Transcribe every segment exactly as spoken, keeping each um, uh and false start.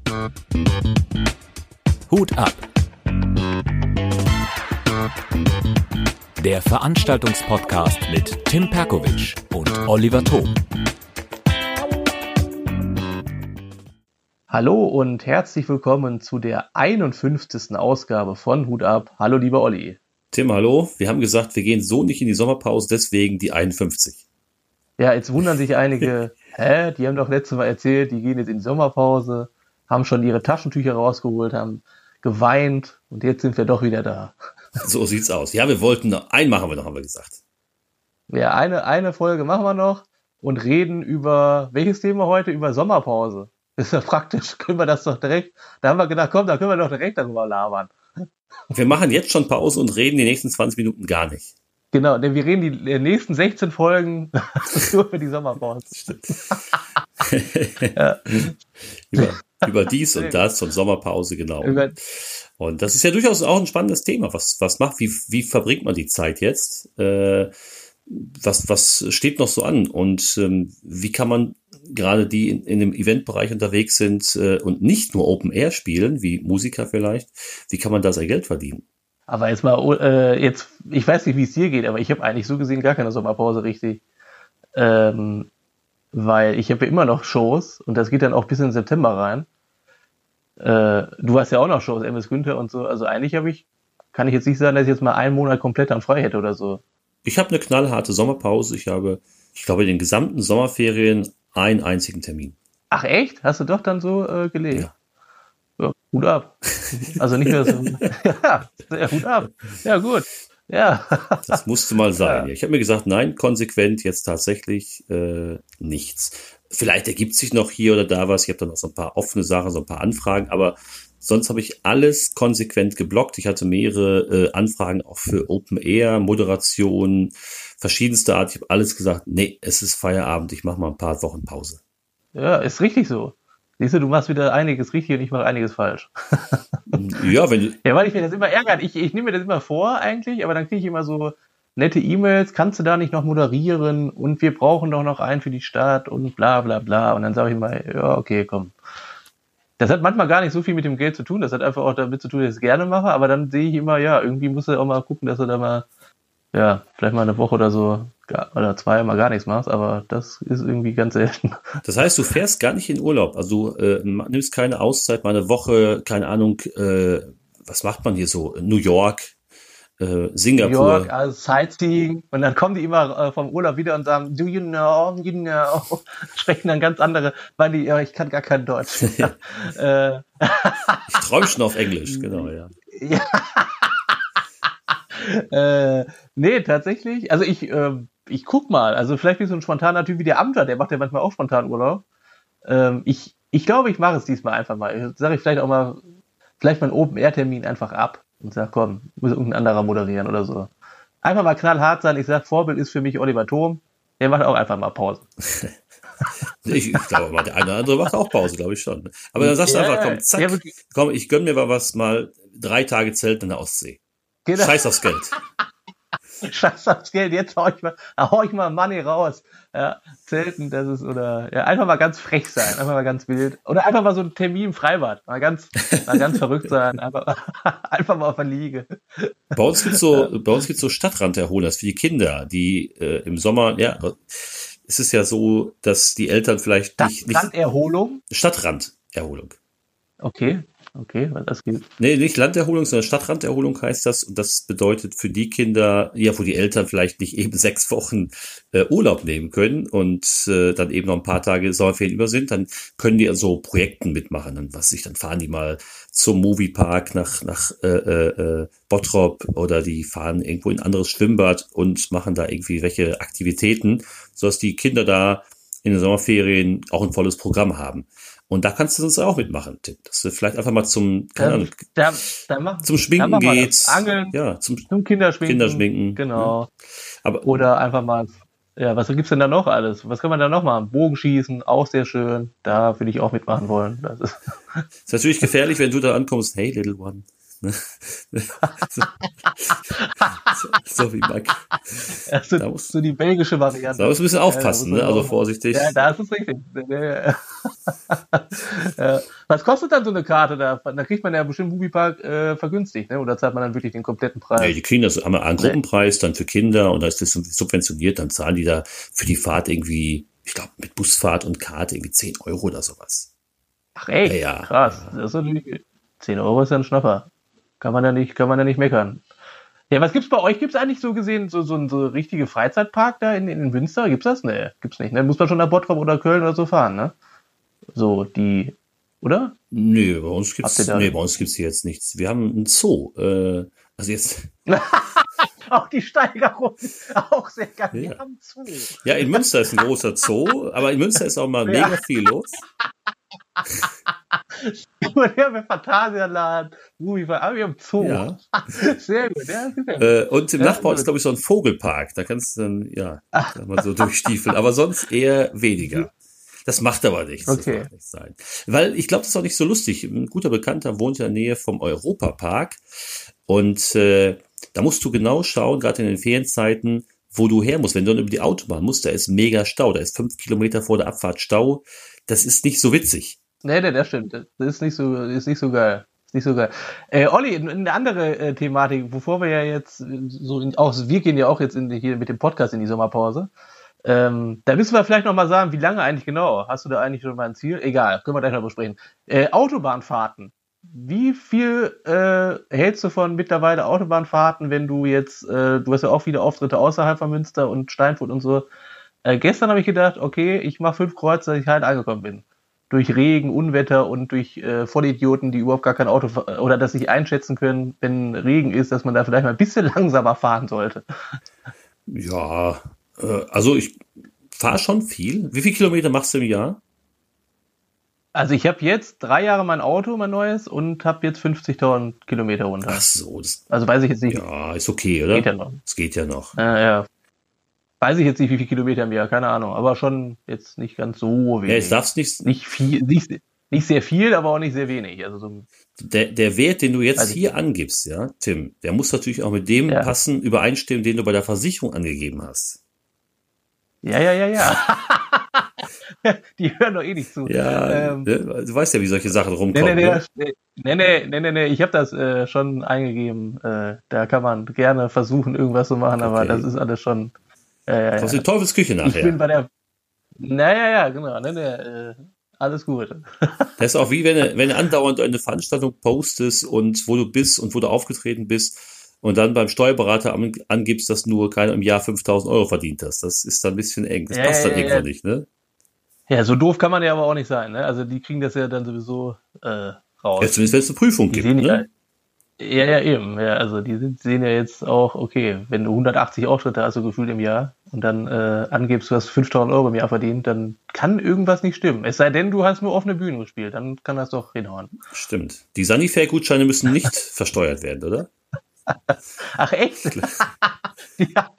Hut ab. Der Veranstaltungspodcast mit Tim Perkovic und Oliver Thom. Hallo und herzlich willkommen zu der einundfünfzigsten Ausgabe von Hut ab. Hallo lieber Olli. Tim, hallo. Wir haben gesagt, wir gehen so nicht in die Sommerpause, deswegen die einundfünfzig. Ja, jetzt wundern sich einige, hä, die haben doch letztes Mal erzählt, die gehen jetzt in die Sommerpause, haben schon ihre Taschentücher rausgeholt, haben geweint und jetzt sind wir doch wieder da. So sieht's aus. Ja, wir wollten noch, einen machen wir noch, haben wir gesagt. Ja, eine, eine Folge machen wir noch und reden über, welches Thema heute? Über Sommerpause. Das ist ja praktisch, können wir das doch direkt, da haben wir gedacht, komm, da können wir doch direkt darüber labern. Wir machen jetzt schon Pause und reden die nächsten zwanzig Minuten gar nicht. Genau, denn wir reden die nächsten sechzehn Folgen nur über die Sommerpause. Ja. über, über dies und das und Sommerpause, genau. Über und das ist ja durchaus auch ein spannendes Thema. Was, was macht, wie, wie verbringt man die Zeit jetzt? Äh, was, was steht noch so an? Und ähm, wie kann man gerade die in, in dem Eventbereich unterwegs sind äh, und nicht nur Open Air spielen, wie Musiker vielleicht, wie kann man da sein Geld verdienen? Aber jetzt mal, äh, jetzt, ich weiß nicht, wie es dir geht, aber ich habe eigentlich so gesehen gar keine Sommerpause richtig. Ähm, weil ich habe ja immer noch Shows und das geht dann auch bis in September rein. Äh, du hast ja auch noch Shows, M S Günther und so. Also eigentlich habe ich, kann ich jetzt nicht sagen, dass ich jetzt mal einen Monat komplett dann frei hätte oder so. Ich habe eine knallharte Sommerpause. Ich habe, ich glaube, in den gesamten Sommerferien einen einzigen Termin. Ach echt? Hast du doch dann so äh, gelegt? Ja. Ja, Hut ab. Also nicht mehr so. Ja, sehr Hut ab. Ja, gut. Ja. Das musste mal sein. Ja. Ich habe mir gesagt, nein, konsequent jetzt tatsächlich äh, nichts. Vielleicht ergibt sich noch hier oder da was. Ich habe dann noch so ein paar offene Sachen, so ein paar Anfragen, aber sonst habe ich alles konsequent geblockt. Ich hatte mehrere äh, Anfragen auch für Open Air, Moderation, verschiedenste Art. Ich habe alles gesagt, nee, es ist Feierabend, ich mache mal ein paar Wochen Pause. Ja, ist richtig so. Siehst du, du machst wieder einiges richtig und ich mache einiges falsch. Ja, wenn du ja, weil ich mir das immer ärgert. Ich, ich nehme mir das immer vor eigentlich, aber dann kriege ich immer so nette E-Mails. Kannst du da nicht noch moderieren? Und wir brauchen doch noch einen für die Stadt und bla bla bla. Und dann sage ich mal, ja, okay, komm. Das hat manchmal gar nicht so viel mit dem Geld zu tun. Das hat einfach auch damit zu tun, dass ich es gerne mache. Aber dann sehe ich immer, ja, irgendwie musst du auch mal gucken, dass du da mal, ja, vielleicht mal eine Woche oder so oder zwei mal gar nichts machst, aber das ist irgendwie ganz selten. Das heißt, du fährst gar nicht in Urlaub, also du äh, nimmst keine Auszeit, mal eine Woche, keine Ahnung, äh, was macht man hier so? New York, äh, Singapur. New York, also Sightseeing und dann kommen die immer äh, vom Urlaub wieder und sagen, do you know, you know, sprechen dann ganz andere, weil die, ja, ich kann gar kein Deutsch. äh, ich träume schon auf Englisch, genau, ja. Ja. äh, nee, tatsächlich, also ich, äh, ich guck mal, also vielleicht bin ich so ein spontaner Typ wie der Amter, der macht ja manchmal auch spontan Urlaub. Ähm, ich, ich glaube, ich mache es diesmal einfach mal. Sage ich vielleicht auch mal, vielleicht mal einen Open-Air-Termin einfach ab und sag, komm, muss irgendein anderer moderieren oder so. Einfach mal knallhart sein. Ich sag, Vorbild ist für mich Oliver Thom. Der macht auch einfach mal Pause. ich, ich glaube mal, der eine oder andere macht auch Pause, glaube ich schon. Aber dann sagst du ja, einfach, komm, zack, ja, komm, ich gönn mir mal was, mal drei Tage Zelt in der Ostsee. Genau. Scheiß aufs Geld. Scheiß aufs Geld, jetzt hau ich mal, hau ich mal Money raus. Ja, Zelten, das ist, oder, ja, einfach mal ganz frech sein, einfach mal ganz wild. Oder einfach mal so ein Termin im Freibad, mal ganz, mal ganz verrückt sein, einfach, einfach mal auf der Liege. Bei uns gibt's so, bei uns gibt's so Stadtranderholers für die Kinder, die äh, im Sommer, ja, es ist ja so, dass die Eltern vielleicht nicht, nicht Stadtranderholung? Stadtranderholung. Okay. Okay, was das gibt. Nee, nicht Landerholung, sondern Stadtranderholung heißt das. Und das bedeutet für die Kinder, ja, wo die Eltern vielleicht nicht eben sechs Wochen äh, Urlaub nehmen können und äh, dann eben noch ein paar Tage Sommerferien über sind, dann können die an so Projekten mitmachen. Dann, was ich, dann fahren die mal zum Moviepark nach nach äh, äh, Bottrop oder die fahren irgendwo in ein anderes Schwimmbad und machen da irgendwie welche Aktivitäten, sodass die Kinder da in den Sommerferien auch ein volles Programm haben. Und da kannst du sonst auch mitmachen, Tim. Dass du vielleicht einfach mal zum, keine Ahnung, da, da mach, zum Schminken gehst. Angeln, ja, zum, zum Kinderschminken. Kinderschminken. Genau. Ja. Aber, oder einfach mal, ja, was gibt's denn da noch alles? Was kann man da noch machen? Bogenschießen, auch sehr schön. Da würde ich auch mitmachen wollen. Das ist, ist natürlich gefährlich, wenn du da ankommst, hey, little one. Ne? so, so, so wie Mac. Also, Da musst, so die belgische Variante. da musst du ein bisschen aufpassen, Ja, ne? Also vorsichtig. Ja, da ist es richtig. Ja. Was kostet dann so eine Karte da? Da kriegt man ja bestimmt Moviepark äh, vergünstigt, ne? Oder zahlt man dann wirklich den kompletten Preis? Nee, die kriegen das einmal einen Gruppenpreis dann für Kinder und da ist das subventioniert, dann zahlen die da für die Fahrt irgendwie, ich glaube, mit Busfahrt und Karte irgendwie zehn Euro oder sowas. Ach echt? Ja, ja. Krass. Das ist natürlich, zehn Euro ist ja ein Schnapper. Kann man ja nicht, kann man ja nicht meckern. Ja, was gibt's bei euch? Gibt's eigentlich so gesehen so so ein so richtige Freizeitpark da in, in Münster? Gibt's das? Nee, gibt's nicht. Ne? Muss man schon nach Bottrop oder Köln oder so fahren, ne? So die, oder? Nee, bei uns gibt's, Habt ihr da- nee, bei uns gibt's hier jetzt nichts. Wir haben einen Zoo. Äh, also jetzt, Auch die Steigerung, auch sehr geil. Ja. Wir haben zu. ja, in Münster ist ein großer Zoo, aber in Münster ist auch mal Ja. mega viel los. Und wir haben Phantasialand, Moviepark, aber wir haben Zoo. Ja. Sehr gut, ja. Sehr Äh, und im Ja, Nachbarort ist, gut. glaube ich, so ein Vogelpark. Da kannst du dann, ja, sag mal so durchstiefeln. Aber sonst eher weniger. Das macht aber nichts. Okay. Das macht nichts sein. Weil ich glaube, das ist auch nicht so lustig. Ein guter Bekannter wohnt ja in der Nähe vom Europapark. Und äh, da musst du genau schauen, gerade in den Ferienzeiten, wo du her musst. Wenn du dann über die Autobahn musst, da ist mega Stau. Da ist fünf Kilometer vor der Abfahrt Stau. Das ist nicht so witzig. Nee, nee, das stimmt. Das ist nicht so, ist nicht so geil. Ist nicht so geil. Äh, Olli, eine andere äh, Thematik, bevor wir ja jetzt äh, so in, auch, wir gehen ja auch jetzt in die, hier mit dem Podcast in die Sommerpause. Ähm, da müssen wir vielleicht noch mal sagen, wie lange eigentlich genau? Hast du da eigentlich schon mal ein Ziel? Egal, können wir gleich noch besprechen. Äh, Autobahnfahrten. Wie viel äh, hältst du von mittlerweile Autobahnfahrten, wenn du jetzt, äh, du hast ja auch viele Auftritte außerhalb von Münster und Steinfurt und so. Äh, gestern habe ich gedacht, okay, ich mache fünf Kreuze, dass ich halt angekommen bin. Durch Regen, Unwetter und durch äh, Vollidioten, die überhaupt gar kein Auto fa- oder das nicht einschätzen können, wenn Regen ist, dass man da vielleicht mal ein bisschen langsamer fahren sollte. Ja, äh, also ich fahre schon viel. Wie viele Kilometer machst du im Jahr? Also ich habe jetzt drei Jahre mein Auto, mein neues, und habe jetzt fünfzigtausend Kilometer runter. Ach so, das, Also weiß ich jetzt nicht. ja, ist okay, oder? Geht ja noch. Es geht ja noch. Äh, ja. Weiß ich jetzt nicht, wie viele Kilometer im Jahr, keine Ahnung, aber schon jetzt nicht ganz so Ja, wenig. jetzt darfst nicht, Nicht viel, nicht, nicht sehr viel, aber auch nicht sehr wenig. Also so, der, der Wert, den du jetzt Weiß ich hier angibst, ja, Tim, der muss natürlich auch mit dem Ja. passen, übereinstimmen, den du bei der Versicherung angegeben hast. ja, ja, ja, ja. Die hören doch eh nicht zu. Ja, Ähm, ne, du weißt ja, wie solche Sachen Nee, rumkommen. nee, nee, ne? das- nee, nee, nee, nee, nee, nee, ich habe das äh, schon eingegeben. Äh, da kann man gerne versuchen, irgendwas zu machen, aber Okay. das ist alles schon. Äh, ja, Aus ja. der Teufelsküche Ich bin nachher. bei der. Naja, ja, genau. Nee, nee, äh, alles gut. Das ist auch wie wenn du, wenn du andauernd eine Veranstaltung postest und wo du bist und wo du aufgetreten bist und dann beim Steuerberater an- angibst, dass nur keiner im Jahr fünftausend Euro verdient hast. Das ist dann ein bisschen eng. Das Ja, passt ja, dann ja, irgendwo ja. nicht, ne? Ja, so doof kann man ja aber auch nicht sein. Ne? Also die kriegen das ja dann sowieso äh, raus. Ja, zumindest wenn es eine Prüfung Die gibt, sehen ja, ne? ja, ja, eben. Ja, also die sind, sehen ja jetzt auch, okay, wenn du hundertachtzig Auftritte hast, so gefühlt im Jahr, und dann äh, angibst, du hast fünftausend Euro im Jahr verdient, dann kann irgendwas nicht stimmen. Es sei denn, du hast nur offene Bühnen gespielt, dann kann das doch hinhauen. Stimmt. Die Sanifair-Gutscheine müssen nicht versteuert werden, oder? Ach, echt? Ja.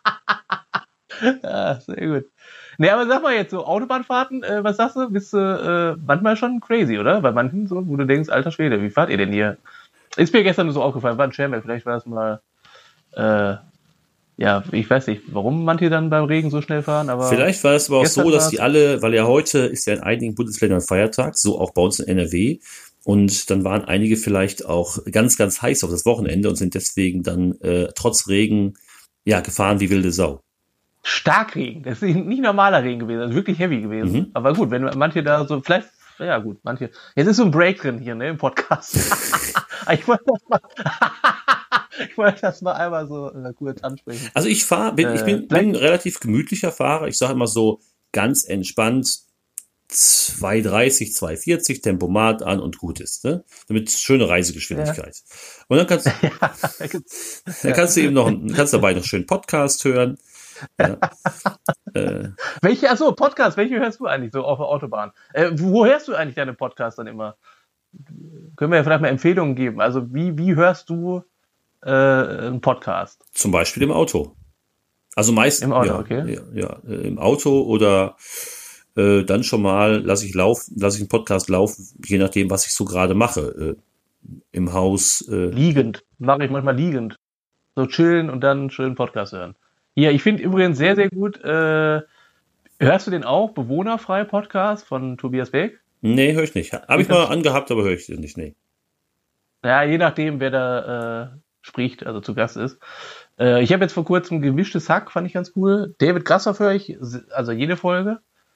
Ja, sehr gut. Nee, aber sag mal jetzt so, Autobahnfahrten, äh, was sagst du? Bist du äh, manchmal schon crazy, oder? Bei manchen so, wo du denkst, alter Schwede, wie fahrt ihr denn hier? Ist mir gestern nur so aufgefallen, war ein Schermel, vielleicht war das mal, äh, ja, ich weiß nicht, warum manche dann beim Regen so schnell fahren, aber. Vielleicht war es aber auch gestern so, dass war's- die alle, weil ja heute ist ja in einigen Bundesländern Feiertag, so auch bei uns in N R W. Und dann waren einige vielleicht auch ganz, ganz heiß auf das Wochenende und sind deswegen dann äh, trotz Regen ja gefahren wie wilde Sau. Starkregen, das ist nicht normaler Regen gewesen, also wirklich heavy gewesen. Mhm. Aber gut, wenn manche da so, vielleicht, ja gut, manche. Jetzt ist so ein Break drin hier, ne, im Podcast. ich wollte das mal, ich wollte das mal einmal so äh, kurz ansprechen. Also ich fahre, bin, ich bin, Äh, bin ein relativ gemütlicher Fahrer. Ich sage immer so ganz entspannt zwei dreißig, zwei vierzig Tempomat an und gut ist, ne? Damit schöne Reisegeschwindigkeit. Und dann kannst, dann kannst du eben noch, kannst dabei noch schön Podcast hören. Ja. äh, Welche, achso, Podcast, welche hörst du eigentlich so auf der Autobahn? Äh, wo hörst du eigentlich deine Podcasts dann immer? Können wir ja vielleicht mal Empfehlungen geben. Also wie, wie hörst du äh, einen Podcast? Zum Beispiel im Auto. Also meist Im Auto, ja, okay. ja, ja, äh, im Auto oder äh, dann schon mal lasse ich laufen, lasse ich einen Podcast laufen, je nachdem, was ich so gerade mache. Äh, im Haus. Äh liegend. Mache ich manchmal liegend. So chillen und dann schön Podcast hören. Hier, ich finde übrigens sehr, sehr gut, äh, hörst du den auch? Bewohnerfrei Podcast von Tobias Beck? Nee, höre ich nicht. Habe ich mal angehabt, aber höre ich den nicht, nee. Ja, je nachdem, wer da äh, spricht, also zu Gast ist. Äh, ich habe jetzt vor kurzem Gemischtes Hack, fand ich ganz cool. David Grassoff höre ich, also jede Folge.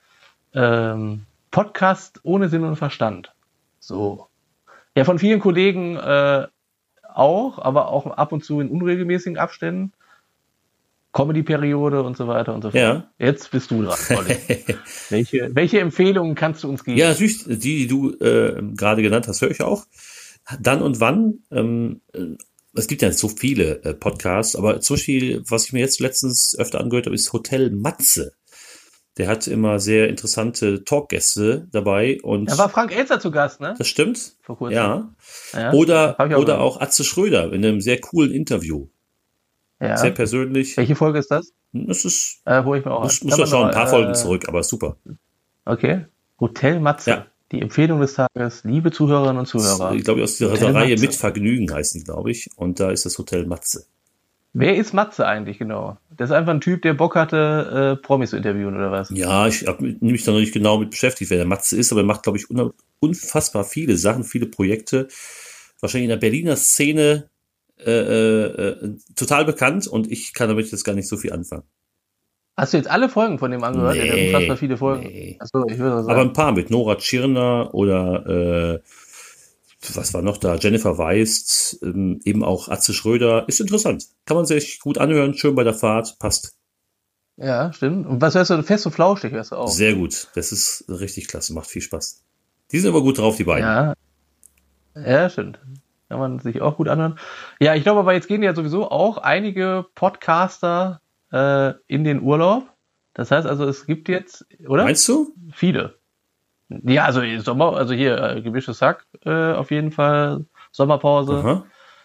Ähm, Podcast ohne Sinn und Verstand. So. Ja, von vielen Kollegen äh, auch, aber auch ab und zu in unregelmäßigen Abständen. Comedy-Periode und so weiter und so fort. Ja. Jetzt bist du dran, Olli. welche, welche Empfehlungen kannst du uns geben? Ja, natürlich, die, die du äh, gerade genannt hast, höre ich auch. Dann und wann, ähm, es gibt ja so viele äh, Podcasts, aber zum Beispiel, was ich mir jetzt letztens öfter angehört habe, ist Hotel Matze. Der hat immer sehr interessante Talkgäste dabei. Und da war Frank Elster zu Gast, ne? Das stimmt. Vor kurzem. Ja. ja oder auch oder auch Atze Schröder in einem sehr coolen Interview. Ja. Sehr persönlich. Welche Folge ist das? Das ist, äh, wo ich mir auch muss, muss man schauen, ein paar äh, Folgen zurück, aber super. Okay. Hotel Matze. Ja. Die Empfehlung des Tages, liebe Zuhörerinnen und Zuhörer. Das, ich glaube, aus dieser Reihe Mit Vergnügen heißen die, glaube ich. Und da ist das Hotel Matze. Wer ist Matze eigentlich genau? Das ist einfach ein Typ, der Bock hatte, äh, Promis zu interviewen, oder was? Ja, ich habe mich da noch nicht genau mit beschäftigt, wer der Matze ist, aber er macht, glaube ich, unfassbar viele Sachen, viele Projekte. Wahrscheinlich in der Berliner Szene äh, äh, total bekannt und ich kann damit jetzt gar nicht so viel anfangen. Hast du jetzt alle Folgen von dem angehört? Nee, der hat unfassbar viele Folgen. Nee. Achso, ich würde sagen. Aber ein paar mit Nora Tschirner oder äh, was war noch da? Jennifer Weist, ähm, eben auch Atze Schröder. Ist interessant. Kann man sich gut anhören, schön bei der Fahrt, passt. Ja, stimmt. Und was hörst du? Fest und flauschig hörst du auch. Sehr gut. Das ist richtig klasse, macht viel Spaß. Die sind aber gut drauf, die beiden. Ja, ja, stimmt. Kann man sich auch gut anhören. Ja, ich glaube aber jetzt gehen ja sowieso auch einige Podcaster äh, in den Urlaub. Das heißt also, es gibt jetzt, oder? Meinst du? Viele. Ja, also Sommer, also hier äh, Gemischtes Hack äh, auf jeden Fall, Sommerpause.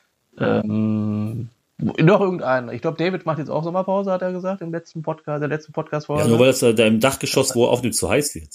Ähm, noch irgendeinen. Ich glaube, David macht jetzt auch Sommerpause, hat er gesagt im letzten Podcast, der letzten Podcast-Folge. Ja, nur weil das da im Dachgeschoss, wo er aufnimmt, zu heiß wird.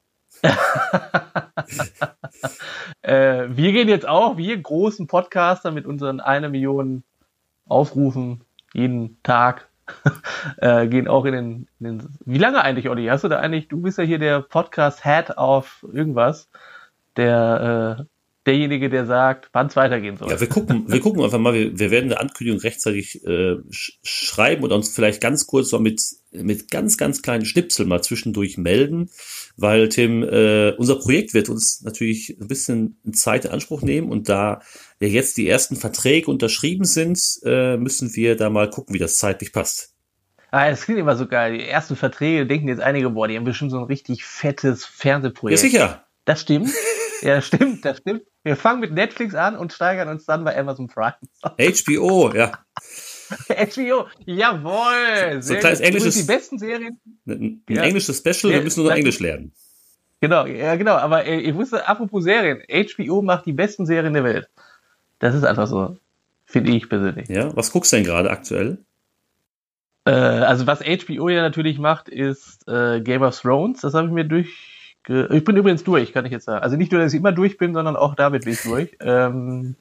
äh, wir gehen jetzt auch, wir großen Podcaster mit unseren eine Million Aufrufen jeden Tag, äh, gehen auch in den, in den. Wie lange eigentlich, Olli? Hast du da eigentlich, du bist ja hier der Podcast-Head auf irgendwas, der äh, derjenige, der sagt, wann es weitergehen soll. Ja, wir gucken, wir gucken einfach mal, wir, wir werden eine Ankündigung rechtzeitig äh, sch- schreiben und uns vielleicht ganz kurz so mit, mit ganz, ganz kleinen Schnipsel mal zwischendurch melden, weil Tim, äh, unser Projekt wird uns natürlich ein bisschen Zeit in Anspruch nehmen und da ja jetzt die ersten Verträge unterschrieben sind, äh, müssen wir da mal gucken, wie das zeitlich passt. Ah, das klingt immer so geil. Die ersten Verträge, denken jetzt einige, boah, die haben bestimmt so ein richtig fettes Fernsehprojekt. Ja, sicher. Das stimmt. Ja, das stimmt, das stimmt. Wir fangen mit Netflix an und steigern uns dann bei Amazon Prime. H B O, ja. H B O, jawohl. So ein kleines englisches, die besten Serien. Ein, ein ja. englisches Special, wir müssen nur noch Englisch lernen. Genau, ja genau, aber äh, ich wusste, apropos Serien, H B O macht die besten Serien der Welt. Das ist einfach so, finde ich persönlich. Ja, was guckst du denn gerade aktuell? Äh, also was H B O ja natürlich macht, ist äh, Game of Thrones, das habe ich mir durch Ich bin übrigens durch, kann ich jetzt sagen. Also nicht nur, dass ich immer durch bin, sondern auch damit bin ich durch. Ähm,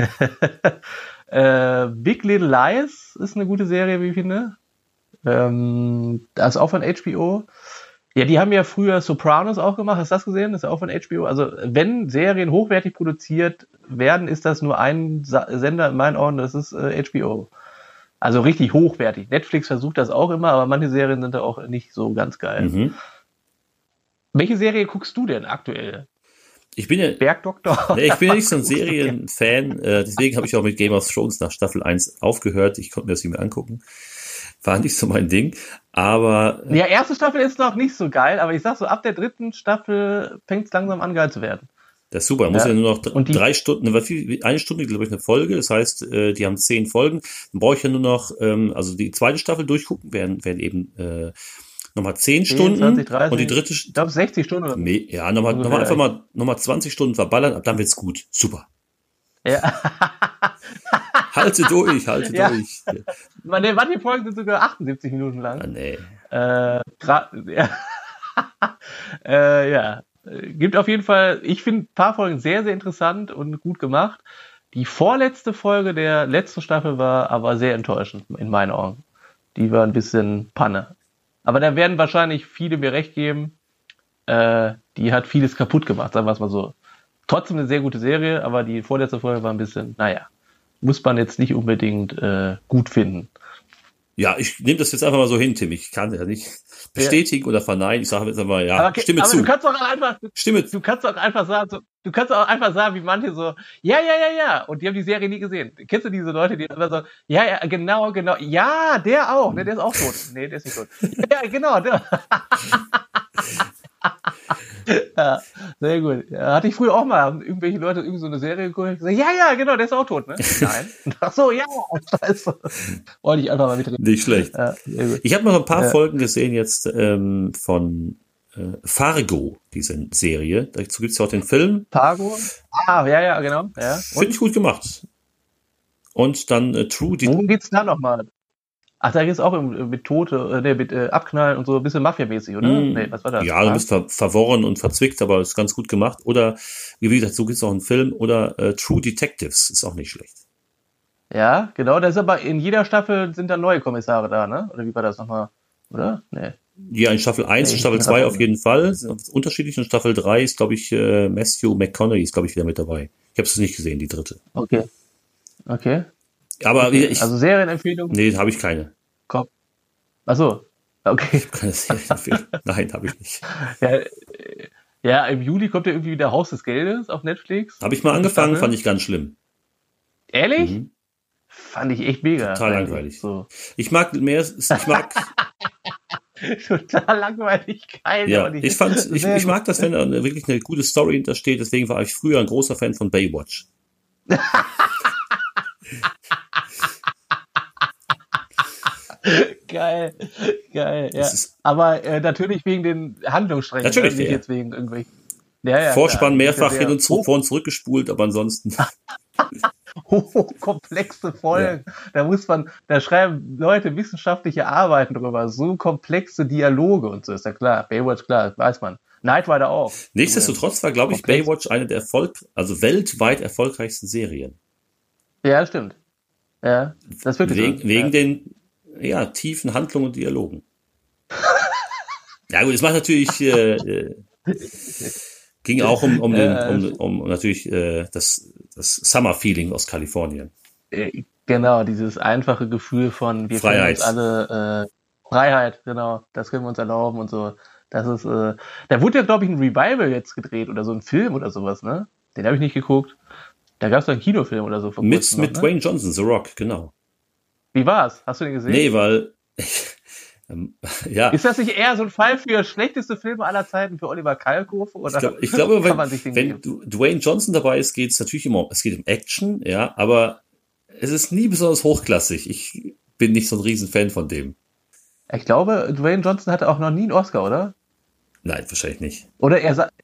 äh, Big Little Lies ist eine gute Serie, wie ich finde. Ähm, das ist auch von H B O. Ja, die haben ja früher Sopranos auch gemacht. Hast du das gesehen? Das ist auch von H B O. Also wenn Serien hochwertig produziert werden, ist das nur ein Sa- Sender in meinen Augen, das ist äh, H B O. Also richtig hochwertig. Netflix versucht das auch immer, aber manche Serien sind da auch nicht so ganz geil. Mhm. Welche Serie guckst du denn aktuell? Ich bin ja, Bergdoktor. Nee, ich bin ja nicht so ein Serienfan, äh, deswegen habe ich auch mit Game of Thrones nach Staffel eins aufgehört. Ich konnte mir das nicht mehr angucken. War nicht so mein Ding, aber... Ja, erste Staffel ist noch nicht so geil, aber ich sag so, ab der dritten Staffel fängt es langsam an, geil zu werden. Das ist super, da muss ja, ja nur noch d- die, drei Stunden, eine Stunde, glaube ich, eine Folge, das heißt, die haben zehn Folgen. Dann brauche ich ja nur noch, also die zweite Staffel durchgucken, werden, werden eben... Äh, nochmal zehn Stunden zwanzig, dreißig, und die dritte... Ich glaube sechzig Stunden. Oder? Nee, ja, nochmal, nochmal einfach mal nochmal zwanzig Stunden verballern, ab dann wird's gut. Super. Ja. Halte durch, halte ja. durch. Meine, manche Folgen sind sogar achtundsiebzig Minuten lang. Ah, nee. Äh, gra- ja. äh, ja. gibt auf jeden Fall, ich finde ein paar Folgen sehr, sehr interessant und gut gemacht. Die vorletzte Folge der letzten Staffel war aber sehr enttäuschend, in meinen Augen. Die war ein bisschen Panne. Aber da werden wahrscheinlich viele mir recht geben, äh, die hat vieles kaputt gemacht, sagen wir es mal so. Trotzdem eine sehr gute Serie, aber die vorletzte Folge war ein bisschen, naja, muss man jetzt nicht unbedingt äh, gut finden. Ja, ich nehme das jetzt einfach mal so hin, Tim. Ich kann ja nicht bestätigen ja. oder verneinen. Ich sage jetzt einmal, ja, aber, stimme aber zu. Du kannst auch einfach, stimme. Du kannst auch einfach sagen, so, du kannst auch einfach sagen, wie manche so, ja, ja, ja, ja, und die haben die Serie nie gesehen. Kennst du diese Leute, die immer so, ja, ja, genau, genau, ja, der auch, ne, der ist auch tot. Nee, der ist nicht tot. Ja, genau, der. Ja, sehr gut. Ja, hatte ich früher auch mal, haben irgendwelche Leute irgendwie so eine Serie geguckt, gesagt, ja, ja, genau, der ist auch tot, ne? Nein. Ach so, ja, scheiße. Wollte ich einfach mal mitreden. Nicht schlecht. Ja, ich habe noch ein paar ja. Folgen gesehen jetzt ähm, von äh, Fargo, diese Serie. Dazu gibt's ja auch den Film. Fargo? Ah, ja, ja, genau. Ja. Finde ich gut gemacht. Und dann äh, True Detective. Worum geht's da nochmal? Ach, da geht's auch mit Tote, äh, mit äh, Abknallen und so ein bisschen Mafia-mäßig, oder? Mm, nee, was war das? Ja, du bist ver verworren und verzwickt, aber ist ganz gut gemacht. Oder, wie gesagt, so gibt's auch einen Film. Oder äh, True Detectives, ist auch nicht schlecht. Ja, genau. Das ist aber in jeder Staffel sind dann neue Kommissare da, ne? Oder wie war das nochmal? Oder? Nee. Ja, in Staffel eins nee, und Staffel zwei auf jeden Fall. Unterschiedlich. Und Staffel drei ist, glaube ich, äh, Matthew McConaughey ist, glaube ich, wieder mit dabei. Ich habe es nicht gesehen, die dritte. Okay. Okay. Aber okay. ich, also Serienempfehlung? Nee, habe ich keine. Komm. Ach so. Okay. Ich habe keine Serienempfehlung. Nein, habe ich nicht. Ja, ja, im Juli kommt ja irgendwie wieder Haus des Geldes auf Netflix. Habe ich mal angefangen, fand ich ganz schlimm. Ehrlich? Mhm. Fand ich echt mega. Total langweilig. So. Ich mag mehr, ich mag... Total langweilig, geil. Ja, ich fand, ich, ich mag das, wenn da eine, wirklich eine gute Story hintersteht. Deswegen war ich früher ein großer Fan von Baywatch. Geil, geil, ja. Ist, aber äh, natürlich wegen den Handlungssträngen. Natürlich, nicht ja. jetzt wegen irgendwelchen. Ja, ja, Vorspann klar. mehrfach hin und zurück, vor und zurückgespult, aber ansonsten. Hochkomplexe Folgen. Ja. Da muss man, da schreiben Leute wissenschaftliche Arbeiten drüber. So komplexe Dialoge und so, ist ja klar. Baywatch, klar, weiß man. Knight Rider auch. Nichtsdestotrotz war, glaube ich, Komplex. Baywatch eine der Erfolg, also weltweit erfolgreichsten Serien. Ja, stimmt. Ja, das wird wegen, so. wegen ja. den ja, tiefen Handlungen und Dialogen. Ja gut, es macht natürlich äh, äh, ging auch um um, den, um, um natürlich äh, das das Summer Feeling aus Kalifornien. Genau, dieses einfache Gefühl von wir Freiheit. können uns alle äh, Freiheit, genau, das können wir uns erlauben und so. Das ist äh, da wurde ja, glaube ich, ein Revival jetzt gedreht oder so ein Film oder sowas, ne? Den habe ich nicht geguckt. Da gab es doch einen Kinofilm oder so. Mit kurzem mit noch, Dwayne ne? Johnson, The Rock, genau. Wie war's? Hast du den gesehen? Nee, weil ähm, ja. Ist das nicht eher so ein Fall für schlechteste Filme aller Zeiten für Oliver Kalkofe? Oder ich, glaub, ich glaube, wenn, wenn Dwayne Johnson dabei ist, geht es natürlich immer, es geht um Action, ja, aber es ist nie besonders hochklassig. Ich bin nicht so ein Riesenfan von dem. Ich glaube, Dwayne Johnson hatte auch noch nie einen Oscar, oder? Nein, wahrscheinlich nicht. Oder er sagt.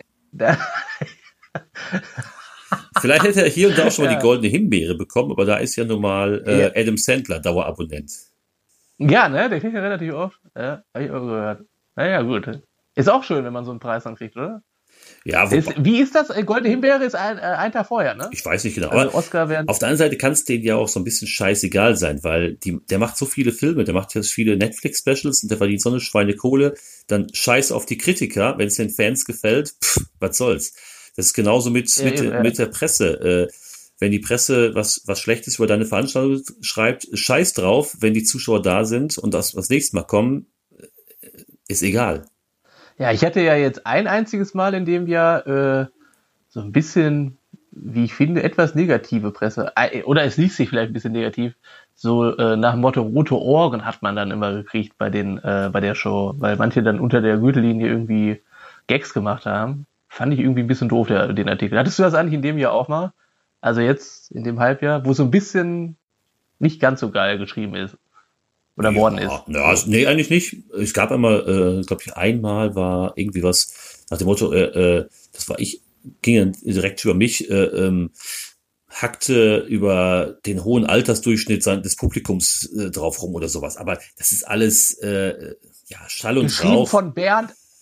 Vielleicht hätte er hier und da auch schon mal ja. die goldene Himbeere bekommen, aber da ist ja nun mal äh, ja. Adam Sandler Dauerabonnent. Ja, ne, der kriegt ja relativ oft. Ja, hab ich auch gehört. Naja, gut. Ist auch schön, wenn man so einen Preis dann kriegt, oder? Ja, ist, wie ist das? Goldene Himbeere ist ein, äh, ein Tag vorher, ne? Ich weiß nicht genau. Also aber Oscar werden auf der anderen Seite kann es denen ja auch so ein bisschen scheißegal sein, weil die, der macht so viele Filme, der macht jetzt viele Netflix-Specials und der verdient so eine Schweinekohle, dann scheiß auf die Kritiker, wenn es den Fans gefällt, pff, was soll's. Das ist genauso mit, ja, mit, ja. mit der Presse. Äh, wenn die Presse was, was Schlechtes über deine Veranstaltung schreibt, scheiß drauf, wenn die Zuschauer da sind und das, das nächste Mal kommen, ist egal. Ja, ich hatte ja jetzt ein einziges Mal in dem Jahr äh, so ein bisschen, wie ich finde, etwas negative Presse. Oder es liest sich vielleicht ein bisschen negativ. So äh, nach dem Motto rote Ohren hat man dann immer gekriegt bei den äh, bei der Show, weil manche dann unter der Gürtellinie irgendwie Gags gemacht haben. Fand ich irgendwie ein bisschen doof, der, den Artikel. Hattest du das eigentlich in dem Jahr auch mal? Also jetzt in dem Halbjahr, wo so ein bisschen nicht ganz so geil geschrieben ist. Oder ja, worden ist. Ja, nee, eigentlich nicht. Es gab einmal, äh, glaube ich, einmal war irgendwie was nach dem Motto, äh, äh, das war ich, ging direkt über mich, äh, ähm, hackte über den hohen Altersdurchschnitt des Publikums äh, drauf rum oder sowas. Aber das ist alles, äh, ja, Schall und Geschrieben Rauch. von Bernd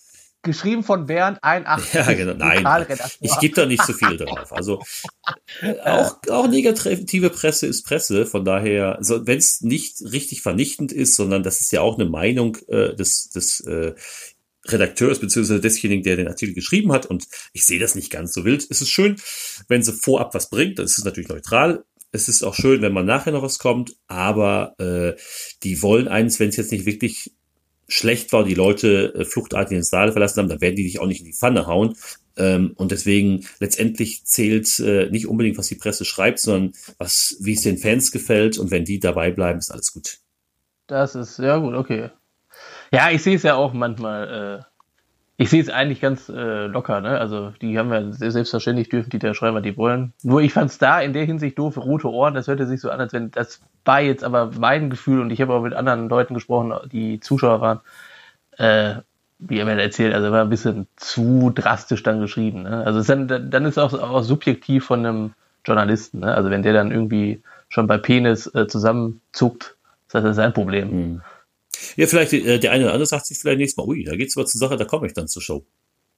geschrieben von Bernd einundachtzig. Ja, genau. Nein, ich gebe da nicht so viel drauf. Also auch, auch negative Presse ist Presse. Von daher, also, wenn es nicht richtig vernichtend ist, sondern das ist ja auch eine Meinung äh, des, des äh, Redakteurs beziehungsweise desjenigen, der den Artikel geschrieben hat. Und ich sehe das nicht ganz so wild. Es ist schön, wenn sie vorab was bringt. Das ist natürlich neutral. Es ist auch schön, wenn man nachher noch was kommt. Aber äh, die wollen eins, wenn es jetzt nicht wirklich schlecht war, die Leute äh, fluchtartig den Saal verlassen haben, dann werden die dich auch nicht in die Pfanne hauen. Ähm, und deswegen letztendlich zählt äh, nicht unbedingt, was die Presse schreibt, sondern was, wie es den Fans gefällt. Und wenn die dabei bleiben, ist alles gut. Das ist, ja gut, okay. Ja, ich sehe es ja auch manchmal, äh, ich sehe es eigentlich ganz äh, locker, ne? Also die haben ja selbstverständlich, dürfen die da schreiben, was die wollen. Nur ich fand es da in der Hinsicht doof, rote Ohren, das hörte sich so an, als wenn, das war jetzt aber mein Gefühl und ich habe auch mit anderen Leuten gesprochen, die Zuschauer waren, äh, wie er mir erzählt, also war ein bisschen zu drastisch dann geschrieben, ne? Also es ist dann, dann ist es auch, auch subjektiv von einem Journalisten, ne? Also wenn der dann irgendwie schon bei Penis äh, zusammenzuckt, ist das sein Problem. Hm. Ja, vielleicht äh, der eine oder andere sagt sich vielleicht nächstes Mal, ui, da geht's aber zur Sache, da komme ich dann zur Show.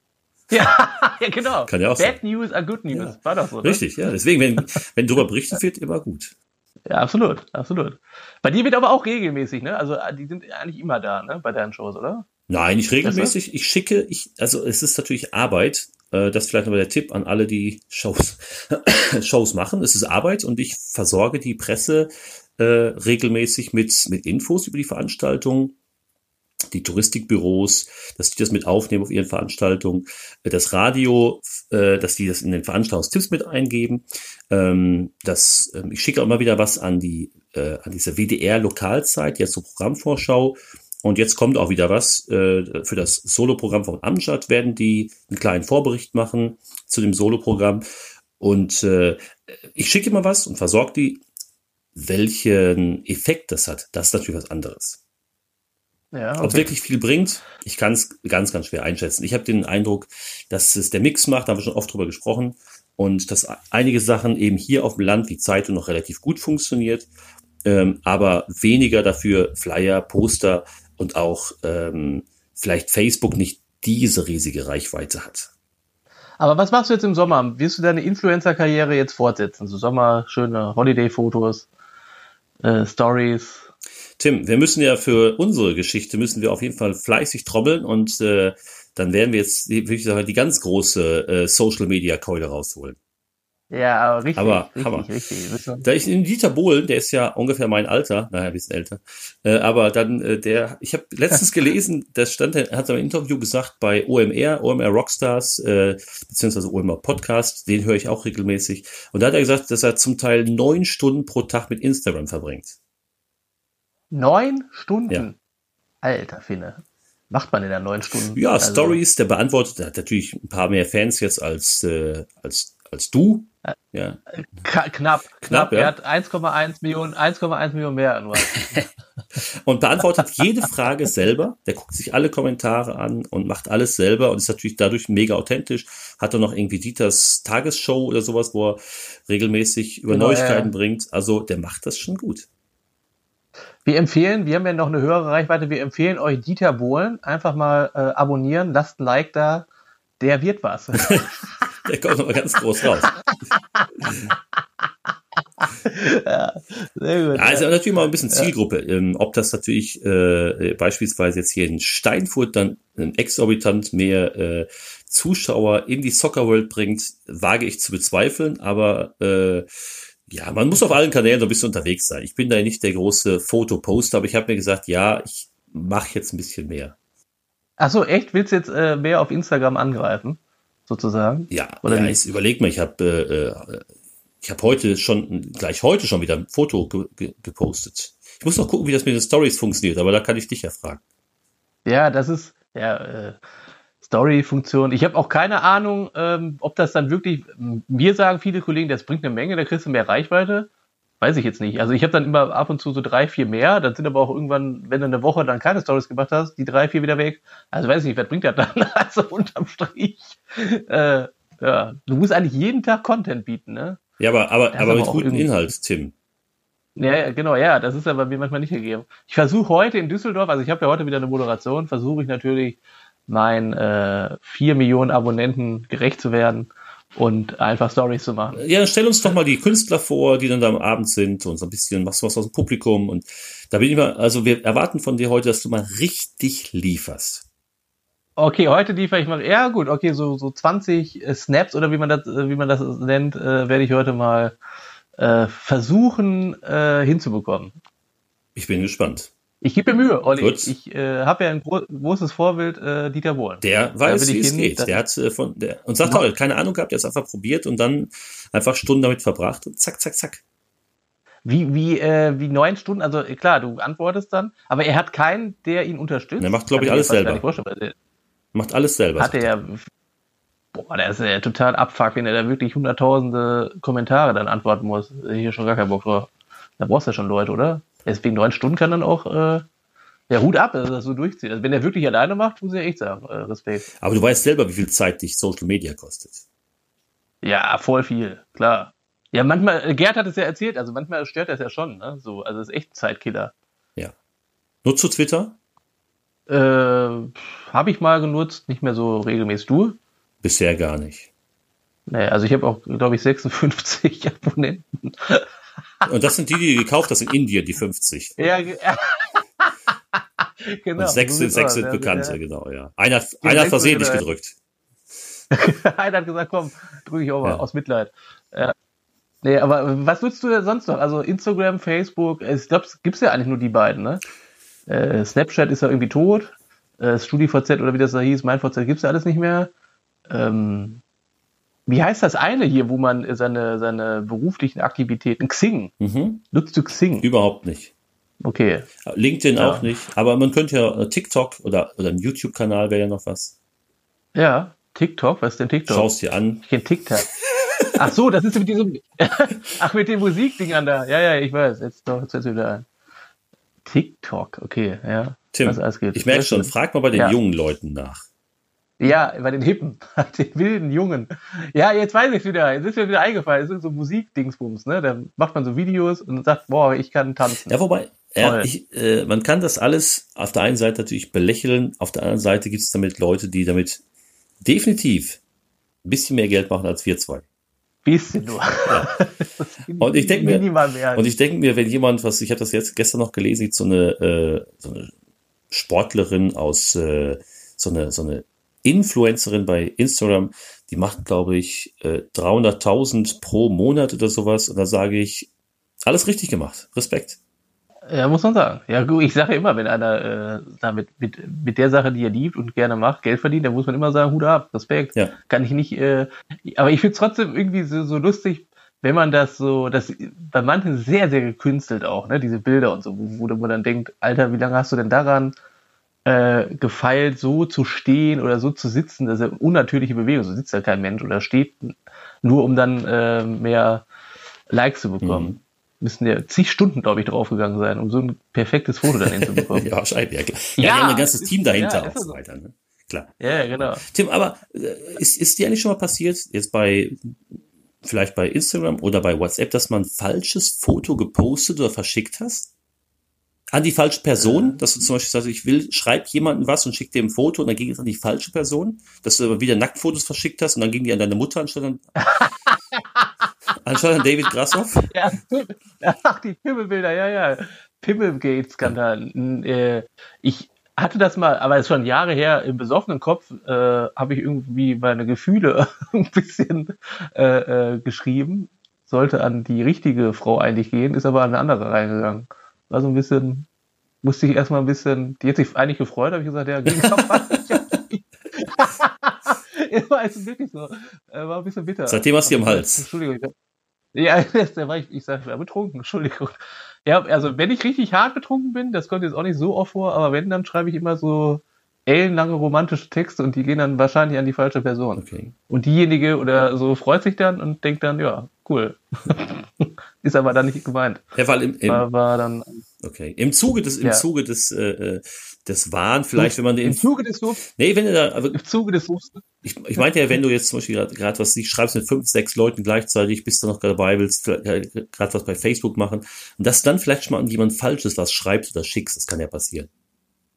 Ja, ja, genau. Kann ja auch Bad sein. News are good news. Ja. War doch so, ne? Richtig, ja. Deswegen, wenn, wenn darüber berichtet wird, immer gut. Ja, absolut, absolut. Bei dir wird aber auch regelmäßig, ne? Also die sind eigentlich immer da, ne? Bei deinen Shows, oder? Nein, nicht regelmäßig. Ich schicke, ich, also es ist natürlich Arbeit. Äh, das ist vielleicht nochmal der Tipp an alle, die Shows, Shows machen. Es ist Arbeit und ich versorge die Presse äh, regelmäßig mit, mit Infos über die Veranstaltung. Die Touristikbüros, dass die das mit aufnehmen auf ihren Veranstaltungen, das Radio, äh, dass die das in den Veranstaltungstipps mit eingeben. Ähm, das, ähm, ich schicke auch immer wieder was an die äh, an diese W D R-Lokalzeit, jetzt zur Programmvorschau. Und jetzt kommt auch wieder was äh, für das Soloprogramm von Amjad, werden die einen kleinen Vorbericht machen zu dem Soloprogramm. Und äh, ich schicke immer was und versorge die. Welchen Effekt das hat, das ist natürlich was anderes. Ja, okay. Ob es wirklich viel bringt, ich kann es ganz, ganz schwer einschätzen. Ich habe den Eindruck, dass es der Mix macht, da haben wir schon oft drüber gesprochen, und dass einige Sachen eben hier auf dem Land wie Zeitung noch relativ gut funktioniert, ähm, aber weniger dafür Flyer, Poster und auch ähm, vielleicht Facebook nicht diese riesige Reichweite hat. Aber was machst du jetzt im Sommer? Wirst du deine Influencer-Karriere jetzt fortsetzen? So Sommer, schöne Holiday-Fotos, äh, Stories. Tim, wir müssen ja für unsere Geschichte, müssen wir auf jeden Fall fleißig trommeln und äh, dann werden wir jetzt, würde ich sagen, die ganz große äh, Social-Media-Keule rausholen. Ja, aber richtig, aber, richtig, Hammer. richtig. Da ich in Dieter Bohlen, der ist ja ungefähr mein Alter, naja, ein bisschen älter, äh, aber dann äh, der, ich habe letztens gelesen, das stand, er hat im Interview gesagt bei O M R, O M R Rockstars, äh, beziehungsweise O M R Podcast, den höre ich auch regelmäßig, und da hat er gesagt, dass er zum Teil neun Stunden pro Tag mit Instagram verbringt. Neun Stunden? Ja. Alter Finne. Macht man denn da neun Stunden? Ja, also, Stories, der beantwortet, der hat natürlich ein paar mehr Fans jetzt als, äh, als, als du. Ja. K- knapp, knapp, Knapp, ja. Er hat eins Komma eins Millionen, eins Komma eins Millionen mehr nur. Und beantwortet jede Frage selber. Der guckt sich alle Kommentare an und macht alles selber und ist natürlich dadurch mega authentisch. Hat er noch irgendwie Dieters Tagesshow oder sowas, wo er regelmäßig über Genau, Neuigkeiten ja. bringt. Also der macht das schon gut. Wir empfehlen, wir haben ja noch eine höhere Reichweite, wir empfehlen euch Dieter Bohlen. Einfach mal äh, abonnieren, lasst ein Like da. Der wird was. Der kommt nochmal ganz groß raus. Ja, sehr gut. Ja, also natürlich mal ein bisschen Zielgruppe. Ähm, ob das natürlich äh, beispielsweise jetzt hier in Steinfurt dann ein exorbitant mehr äh, Zuschauer in die Soccer World bringt, wage ich zu bezweifeln. Aber äh, ja, man muss auf allen Kanälen so ein bisschen unterwegs sein. Ich bin da nicht der große Fotoposter, aber ich habe mir gesagt, ja, ich mache jetzt ein bisschen mehr. Ach so, echt? Willst du jetzt äh, mehr auf Instagram angreifen? Sozusagen? Ja, Oder ja, wie? jetzt überleg mal, ich habe äh, ich habe heute schon, gleich heute schon wieder ein Foto ge- ge- gepostet. Ich muss noch gucken, wie das mit den Stories funktioniert, aber da kann ich dich ja fragen. Ja, das ist ja äh, Story-Funktion. Ich habe auch keine Ahnung, ähm, ob das dann wirklich, mir sagen viele Kollegen, das bringt eine Menge, da kriegst du mehr Reichweite. Weiß ich jetzt nicht. Also ich habe dann immer ab und zu so drei, vier mehr. Dann sind aber auch irgendwann, wenn du eine Woche dann keine Stories gemacht hast, die drei, vier wieder weg. Also weiß ich nicht, was bringt das dann? Also unterm Strich. Äh, ja, du musst eigentlich jeden Tag Content bieten, ne? Ja, aber, aber, Das ist aber aber mit auch gutem irgendwie- Inhalt, Tim. Ja, ja, genau, ja, das ist aber mir manchmal nicht gegeben. Ich versuche heute in Düsseldorf, also ich habe ja heute wieder eine Moderation, versuche ich natürlich meinen äh, vier Millionen Abonnenten gerecht zu werden und einfach Storys zu machen. Ja, stell uns doch mal die Künstler vor, die dann da am Abend sind und so ein bisschen was, was aus dem Publikum. Und da bin ich mal, also wir erwarten von dir heute, dass du mal richtig lieferst. Okay, heute liefere ich mal, ja gut, okay, so, so zwanzig äh, Snaps oder wie man das, äh, wie man das nennt, äh, werde ich heute mal äh, versuchen äh, hinzubekommen. Ich bin gespannt. Ich gebe mir Mühe, Olli. Gut. Ich äh, habe ja ein gro- großes Vorbild, äh, Dieter Bohlen. Der weiß, will wie ich es hin, geht. das- Der hat äh, von der und sagt toll, keine Ahnung gehabt, der hat es einfach probiert und dann einfach Stunden damit verbracht und zack, zack, zack. Wie, wie, äh, wie neun Stunden, also äh, klar, du antwortest dann, aber er hat keinen, der ihn unterstützt. Er macht, glaub ich, Kann mir alles fast gar selber. nicht vorstellen, weil der Macht alles selber. Hat er ja, boah, der ist ja total abfuck, wenn er da wirklich hunderttausende Kommentare dann antworten muss. Hier schon gar keinen Bock drauf. Da brauchst du ja schon Leute, oder? Deswegen neun Stunden kann dann auch, äh, der Hut ab, dass er das so durchzieht. Also wenn er wirklich alleine macht, muss ich echt sagen, äh, Respekt. Aber du weißt selber, wie viel Zeit dich Social Media kostet. Ja, voll viel, klar. Ja, manchmal, Gerd hat es ja erzählt, also manchmal stört das ja schon, ne? So, also es ist echt ein Zeitkiller. Ja. Nutzt du Twitter? Äh, habe ich mal genutzt, nicht mehr so regelmäßig. Du? Bisher gar nicht. Nee, also ich habe auch, glaube ich, sechsundfünfzig Abonnenten. Und das sind die, die du gekauft hast in Indien, die fünfzig. Ja, ge- genau. Und sechs so sind, sieht's sechs aus, sind ja, Bekannte, ja. genau, ja. Einer, einer hat sechs versehentlich sind, äh, gedrückt. Einer hat gesagt, komm, drücke ich auch mal, Ja. aus Mitleid. Ja. Nee, aber was nutzt du denn sonst noch? Also Instagram, Facebook, ich glaube, es gibt ja eigentlich nur die beiden, ne? Äh, Snapchat ist ja irgendwie tot. Äh, StudiVZ oder wie das da hieß, MeinVZ gibt's ja alles nicht mehr. Ähm, wie heißt das eine hier, wo man seine, seine beruflichen Aktivitäten, Xing, Mhm. nutzt du Xing? Überhaupt nicht. Okay. LinkedIn Ja. auch nicht. Aber man könnte ja äh, TikTok oder, oder ein YouTube-Kanal wäre ja noch was. Ja, TikTok, was ist denn TikTok? Schaust dir an. Ich kenn TikTok. Ach so, das ist mit diesem, ach, mit dem Musikdingern da. Ja, ja, ich weiß, jetzt doch, jetzt fällt's mir wieder ein. TikTok, okay, ja. Tim, was alles geht. ich merke Sehr schon, schön. frag mal bei den Ja. jungen Leuten nach. Ja, bei den Hippen, den wilden Jungen. Ja, jetzt weiß ich wieder, jetzt ist mir wieder eingefallen, es sind so Musikdingsbums, ne? Da macht man so Videos und sagt, boah, ich kann tanzen. Ja, wobei, ja, Toll. ich, äh, man kann das alles auf der einen Seite natürlich belächeln, auf der anderen Seite gibt es damit Leute, die damit definitiv ein bisschen mehr Geld machen als wir zwei. Bisschen nur. Und ich denke mir, Minimal mehr. und ich denke mir, wenn jemand, was ich habe das jetzt gestern noch gelesen, gibt so eine, äh, so eine Sportlerin aus, äh, so eine, so eine Influencerin bei Instagram, die macht, glaube ich, äh, dreihunderttausend pro Monat oder sowas. Und da sage ich, alles richtig gemacht. Respekt. Ja, muss man sagen. Ja, gut, ich sage immer, wenn einer äh, damit mit, mit der Sache, die er liebt und gerne macht, Geld verdient, dann muss man immer sagen, Hut ab, Respekt. Ja. Kann ich nicht, äh, aber ich finde es trotzdem irgendwie so, so lustig, wenn man das so, das bei manchen sehr, sehr gekünstelt auch, ne, diese Bilder und so, wo, wo man dann denkt, Alter, wie lange hast du denn daran äh, gefeilt, so zu stehen oder so zu sitzen? Das ist ja eine unnatürliche Bewegung, so sitzt ja kein Mensch oder steht nur, um dann äh, mehr Likes zu bekommen. Mhm. Müssen ja zig Stunden, glaube ich, draufgegangen sein, um so ein perfektes Foto dann hinzubekommen. Ja, wahrscheinlich. Ja, klar. Ja, Ja, die haben ein ganzes ist- Team dahinter ja, ist auch so. so weiter. Ne? Klar. Ja, genau. Tim, aber äh, ist, ist dir eigentlich schon mal passiert, jetzt bei, vielleicht bei Instagram oder bei WhatsApp, dass man ein falsches Foto gepostet oder verschickt hast? An die falsche Person? Dass du zum Beispiel sagst, ich will, schreib jemanden was und schick dir ein Foto und dann ging es an die falsche Person? Dass du aber wieder Nacktfotos verschickt hast und dann ging die an deine Mutter anstatt an, anstatt an David Grassoff? Ja, ach, die Pimmelbilder, ja, ja. Pimmelgate-Skandal. Äh, ich hatte das mal, aber es ist schon Jahre her, im besoffenen Kopf äh, habe ich irgendwie meine Gefühle ein bisschen äh, äh, geschrieben. Sollte an die richtige Frau eigentlich gehen, ist aber an eine andere reingegangen. War so ein bisschen, musste ich erstmal ein bisschen, die hat sich eigentlich gefreut, habe ich gesagt, ja, ging aber nicht. Es war also wirklich so, äh, war ein bisschen bitter. Seitdem hast du die am Hals. Entschuldigung. Ja, da war ich, ich sag, ja, betrunken, Entschuldigung. Ja, also wenn ich richtig hart betrunken bin, das kommt jetzt auch nicht so oft vor, aber wenn, dann schreibe ich immer so ellenlange romantische Texte und die gehen dann wahrscheinlich an die falsche Person. Okay. Und diejenige oder so freut sich dann und denkt dann, ja, cool. Ist aber dann nicht gemeint. Ja, weil im, im, War, war dann okay. Im Zuge des, im Ja. Zuge des, äh, des Wahn, vielleicht, wenn man den, im Zuge des Suchs, nee, wenn du da, aber im Zuge des Suchs, ich, ich meinte ja, wenn du jetzt zum Beispiel gerade was nicht schreibst mit fünf, sechs Leuten gleichzeitig, bist du noch dabei, willst gerade was bei Facebook machen und dass du dann vielleicht schon mal an jemand Falsches was schreibst oder schickst, das kann ja passieren.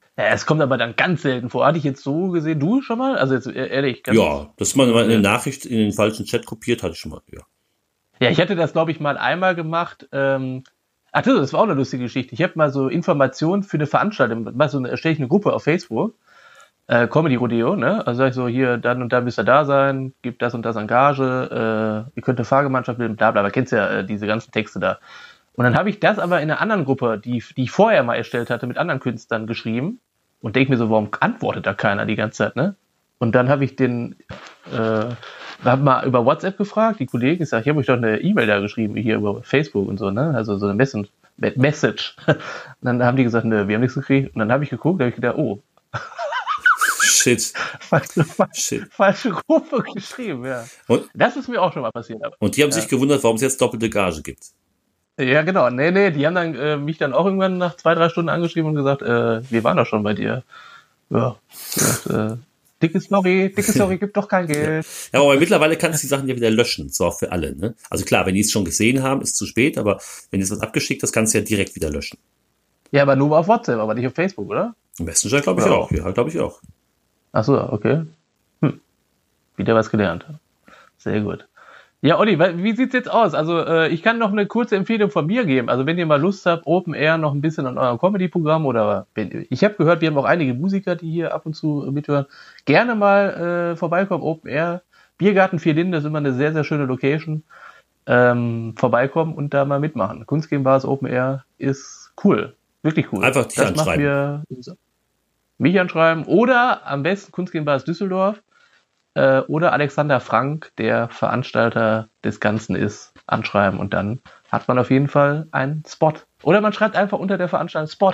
Ja, es kommt aber dann ganz selten vor. Hatte ich jetzt so gesehen, du schon mal? Also jetzt ehrlich. Ganz ja, dass man mal eine Nachricht in den falschen Chat kopiert, hatte ich schon mal, ja. Ja, ich hatte das, glaube ich, mal einmal gemacht. Ähm, ach, das war auch eine lustige Geschichte. Ich habe mal so Informationen für eine Veranstaltung, mal so eine, erstelle ich eine Gruppe auf Facebook, äh, Comedy Rodeo, ne? Also sag ich so, hier, dann und dann müsst ihr da sein, gibt das und das an Gage, äh, ihr könnt eine Fahrgemeinschaft bilden, bla bla, aber kennst ja äh, diese ganzen Texte da. Und dann habe ich das aber in einer anderen Gruppe, die, die ich vorher mal erstellt hatte, mit anderen Künstlern geschrieben und denke mir so, warum antwortet da keiner die ganze Zeit, ne? Und dann habe ich den, äh, hab mal über WhatsApp gefragt, die Kollegen, ich sage, ich habe euch doch eine E-Mail da geschrieben, hier über Facebook und so, ne? Also so eine Messen- Message. Und dann haben die gesagt, ne, wir haben nichts gekriegt. Und dann habe ich geguckt, da habe ich gedacht, oh, Shit. falsche, Shit. falsche Gruppe geschrieben, ja. Und, Das ist mir auch schon mal passiert. Aber, und die haben ja. sich gewundert, warum es jetzt doppelte Gage gibt. Ja, genau. Nee, nee, die haben dann äh, mich dann auch irgendwann nach zwei, drei Stunden angeschrieben und gesagt, äh, wir waren doch schon bei dir. Ja. Und, äh, dicke Story, dicke Story, gibt doch kein Geld. Ja, aber mittlerweile kannst du die Sachen ja wieder löschen, so auch für alle, ne? Also klar, wenn die es schon gesehen haben, ist zu spät, aber wenn jetzt was abgeschickt hast, kannst du ja direkt wieder löschen. Ja, aber nur auf WhatsApp, aber nicht auf Facebook, oder? Im Messenger glaube ich Ja. auch. Ja, glaube ich auch. Ach so, okay. Hm. Wieder was gelernt. Sehr gut. Ja, Olli, wie sieht's jetzt aus? Also äh, ich kann noch eine kurze Empfehlung von mir geben. Also wenn ihr mal Lust habt, Open Air noch ein bisschen an eurem Comedy-Programm oder wenn, ich habe gehört, wir haben auch einige Musiker, die hier ab und zu mithören, gerne mal äh, vorbeikommen, Open Air. Biergarten Vier Linden, das ist immer eine sehr, sehr schöne Location. Ähm, vorbeikommen und da mal mitmachen. Kunstgegenbares Open Air ist cool. Wirklich cool. Einfach dich das macht anschreiben. mir, mich anschreiben oder am besten Kunstgegenbares Düsseldorf. Äh, oder Alexander Frank, der Veranstalter des Ganzen ist, anschreiben und dann hat man auf jeden Fall einen Spot. Oder man schreibt einfach unter der Veranstaltung Spot.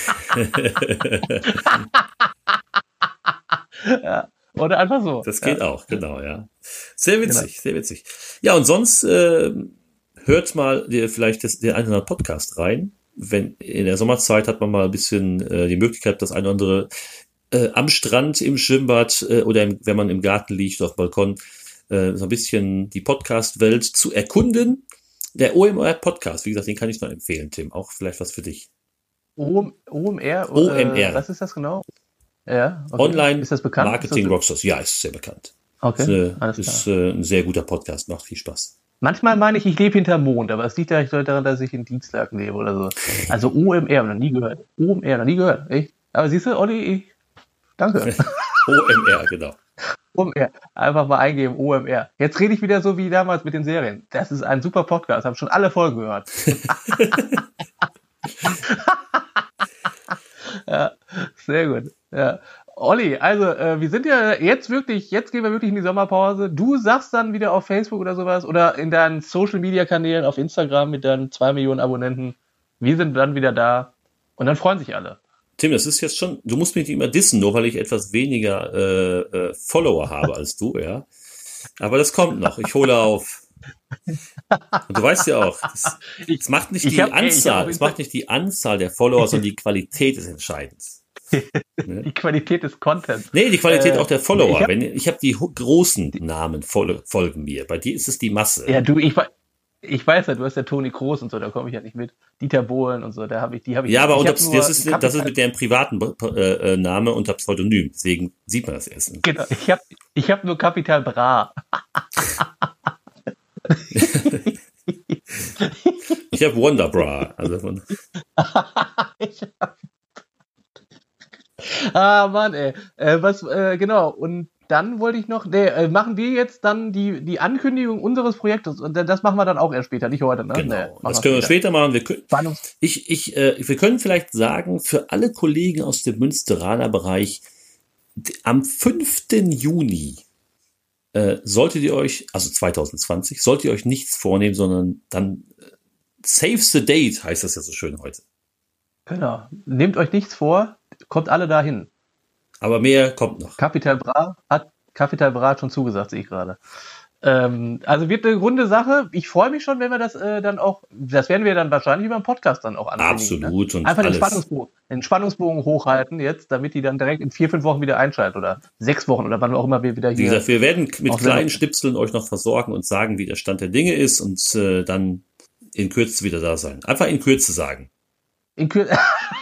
Ja, oder einfach so. Das geht ja. auch, genau, ja. Sehr witzig, genau. sehr witzig. Ja, und sonst äh, hört mal dir vielleicht das, den einen oder anderen Podcast rein. Wenn in der Sommerzeit hat man mal ein bisschen äh, die Möglichkeit, das eine oder andere Äh, am Strand, im Schwimmbad äh, oder im, wenn man im Garten liegt, auf dem Balkon, äh, so ein bisschen die Podcast-Welt zu erkunden. Der O M R-Podcast, wie gesagt, den kann ich noch empfehlen, Tim. Auch vielleicht was für dich. O M R? O M R. Äh, was ist das genau? Ja, okay. Online ist das bekannt? Marketing ist das Rockstars. Ja, ist sehr bekannt. Okay, ist, eine, alles klar. ist äh, ein sehr guter Podcast, macht viel Spaß. Manchmal meine ich, ich lebe hinterm Mond, aber es liegt ja daran, dass ich in Dienstlaken lebe oder so. Also O M R, noch nie gehört. O M R, noch nie gehört. Echt? Aber siehst du, Olli, ich danke. O M R, genau. O M R. Einfach mal eingeben, O M R. Jetzt rede ich wieder so wie damals mit den Serien. Das ist ein super Podcast. Habe schon alle Folgen gehört. Ja, sehr gut. Ja. Olli, also äh, wir sind ja jetzt wirklich, jetzt gehen wir wirklich in die Sommerpause. Du sagst dann wieder auf Facebook oder sowas oder in deinen Social-Media-Kanälen auf Instagram mit deinen zwei Millionen Abonnenten. Wir sind dann wieder da und dann freuen sich alle. Tim, das ist jetzt schon, du musst mich nicht immer dissen, nur weil ich etwas weniger äh, äh, Follower habe als du, ja. Aber das kommt noch, ich hole auf. Und du weißt ja auch, das, das macht nicht die hab, Anzahl, ey, es macht nicht die Anzahl der Follower, sondern die Qualität ist entscheidend. Ne? Die Qualität des Contents. Nee, die Qualität äh, auch der Follower. Ich habe ich hab die großen Namen fol- folgen mir. Bei dir ist es die Masse. Ja, du, ich, ich weiß ja, du hast ja Toni Kroos und so, da komme ich ja nicht mit. Dieter Bohlen und so, da habe ich, die habe ich. Ja, aber ich und das, das, ist, das ist mit deren privaten äh, Name unter Pseudonym. Deswegen sieht man das erst. Genau, ich habe ich hab nur Capital Bra. Ich habe Wonder Bra. Also von ich hab Ah, Mann, ey. Äh, was, äh, genau. Und dann wollte ich noch, nee, äh, machen wir jetzt dann die, die Ankündigung unseres Projektes. Und das machen wir dann auch erst später, nicht heute, ne? Genau. Nee, das können wir später machen. Wir können, Spannungs- ich, ich, äh, wir können vielleicht sagen, für alle Kollegen aus dem Münsteraner Bereich, am fünften Juni äh, solltet ihr euch, also zwanzig zwanzig, solltet ihr euch nichts vornehmen, sondern dann äh, save the date, heißt das ja so schön heute. Genau. Nehmt euch nichts vor, kommt alle dahin. Aber mehr kommt noch. Capital Bra hat Capital Bra hat schon zugesagt, sehe ich gerade. Ähm, also wird eine runde Sache. Ich freue mich schon, wenn wir das äh, dann auch, das werden wir dann wahrscheinlich über den Podcast dann auch ankündigen. Absolut. Ne? Und einfach den alles. Spannungsbogen, den Spannungsbogen hochhalten jetzt, damit die dann direkt in vier, fünf Wochen wieder einschalten oder sechs Wochen oder wann auch immer wir wieder hier. Wie gesagt, wir werden mit auch kleinen selber- Schnipseln euch noch versorgen und sagen, wie der Stand der Dinge ist und äh, dann in Kürze wieder da sein. Einfach in Kürze sagen. In Kür-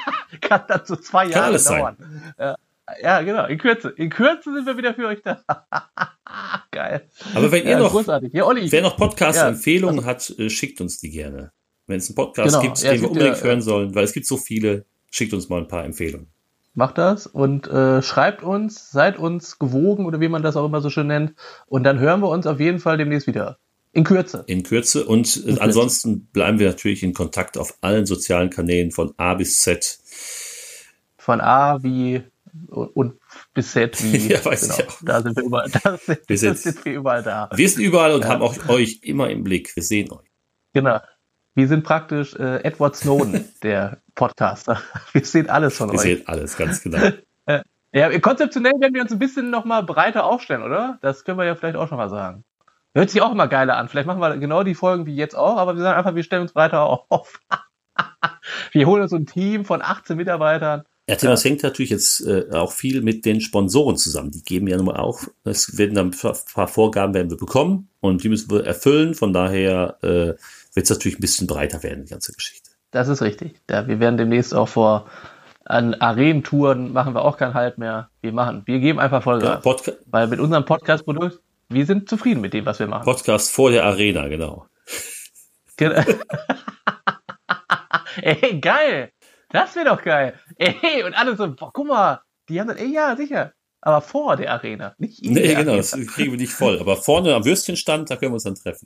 kann dann so zwei Jahre alles dauern. Ja, ja, genau, in Kürze. In Kürze sind wir wieder für euch da. Geil. Aber wenn ihr Ja, noch, großartig. Ja, Olli, wer noch Podcast-Empfehlungen Ja, hat, äh, schickt uns die gerne. Wenn es einen Podcast Genau, gibt, ja, den es wir gibt unbedingt ja, hören sollen, weil es gibt so viele, schickt uns mal ein paar Empfehlungen. macht das und äh, schreibt uns, seid uns gewogen oder wie man das auch immer so schön nennt. Und dann hören wir uns auf jeden Fall demnächst wieder. In Kürze. In Kürze. Und äh, Kürze. ansonsten bleiben wir natürlich in Kontakt auf allen sozialen Kanälen von A bis Z. Von A wie und bis Z wie. Ja, weiß genau. ich auch. Da sind wir überall, da sind, Wir sind- sind wir überall da. Wir sind überall und Ja. haben auch euch immer im Blick. Wir sehen euch. Genau. Wir sind praktisch äh, Edward Snowden, der Podcaster. Wir sehen alles von Wir euch. sehen alles, ganz genau. Ja, konzeptionell werden wir uns ein bisschen noch mal breiter aufstellen, oder? Das können wir ja vielleicht auch schon mal sagen. Hört sich auch immer geiler an. Vielleicht machen wir genau die Folgen wie jetzt auch, aber wir sagen einfach, wir stellen uns breiter auf. Wir holen uns so ein Team von achtzehn Mitarbeitern. Ja, Tim, das hängt natürlich jetzt äh, auch viel mit den Sponsoren zusammen. Die geben ja nun mal auch, es werden dann ein paar Vorgaben werden wir bekommen und die müssen wir erfüllen. Von daher äh, wird es natürlich ein bisschen breiter werden, die ganze Geschichte. Das ist richtig. Ja, wir werden demnächst auch vor an Arenentouren machen wir auch keinen Halt mehr. Wir machen, wir geben einfach Ja, Vollgas. Podca- Weil mit unserem Podcast-Produkt, wir sind zufrieden mit dem, was wir machen. Podcast vor der Arena, genau. Gen- Ey, geil! Das wäre doch geil! Ey, und alle so, boah, guck mal, die haben dann, ey, ja, sicher. Aber vor der Arena, nicht in Nee, der genau, Arena. das kriegen wir nicht voll. Aber vorne am Würstchenstand, da können wir uns dann treffen.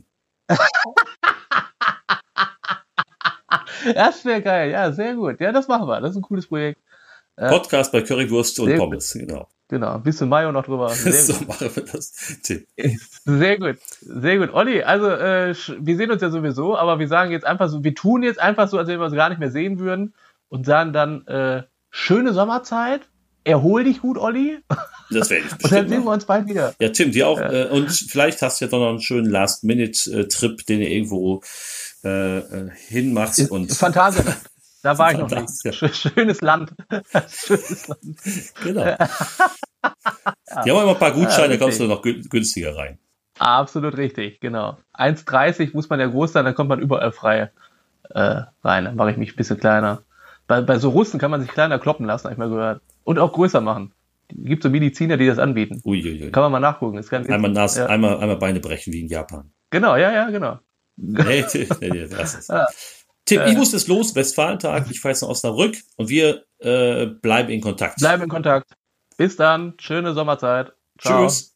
Das wäre geil, ja, sehr gut. Ja, das machen wir. Das ist ein cooles Projekt. Ja. Podcast bei Currywurst und Sehr Pommes, genau. Genau, ein bisschen Mayo noch drüber. Sehr So gut. machen wir das, Tim. Sehr gut, sehr gut. Olli, also äh, sch- wir sehen uns ja sowieso, aber wir sagen jetzt einfach so, wir tun jetzt einfach so, als wenn wir uns gar nicht mehr sehen würden und sagen dann, äh, schöne Sommerzeit, erhol dich gut, Olli, Das werde ich und dann bestimmt sehen wir machen. uns bald wieder. Ja, Tim, dir auch. Äh, und vielleicht hast du ja doch noch einen schönen Last-Minute-Trip, den du irgendwo äh, äh, hinmachst. Und Phantasialand, da war ich noch nicht. Phantasialand. Sch- Schönes Land. Schönes Land. genau. Die haben immer ein paar Gutscheine, Ja, da kommst du richtig. noch gün- günstiger rein. Absolut richtig, genau. eins dreißig muss man ja groß sein, dann kommt man überall frei äh, rein. Dann mache ich mich ein bisschen kleiner. Bei, bei so Russen kann man sich kleiner kloppen lassen, habe ich mal gehört. Und auch größer machen. Es gibt so Mediziner, die das anbieten. Uiuiui. Kann man mal nachgucken. Das kann Einmal, Nas, ja. einmal, einmal Beine brechen wie in Japan. Genau, ja, ja, genau. Nee, Tim, nee, nee, lass es. Ja. Tim, Äh. ich muss jetzt los, Westfalentag, ich fahre jetzt nach Osnabrück und wir äh, bleiben in Kontakt. Bleiben in Kontakt. Bis dann. Schöne Sommerzeit. Ciao. Tschüss.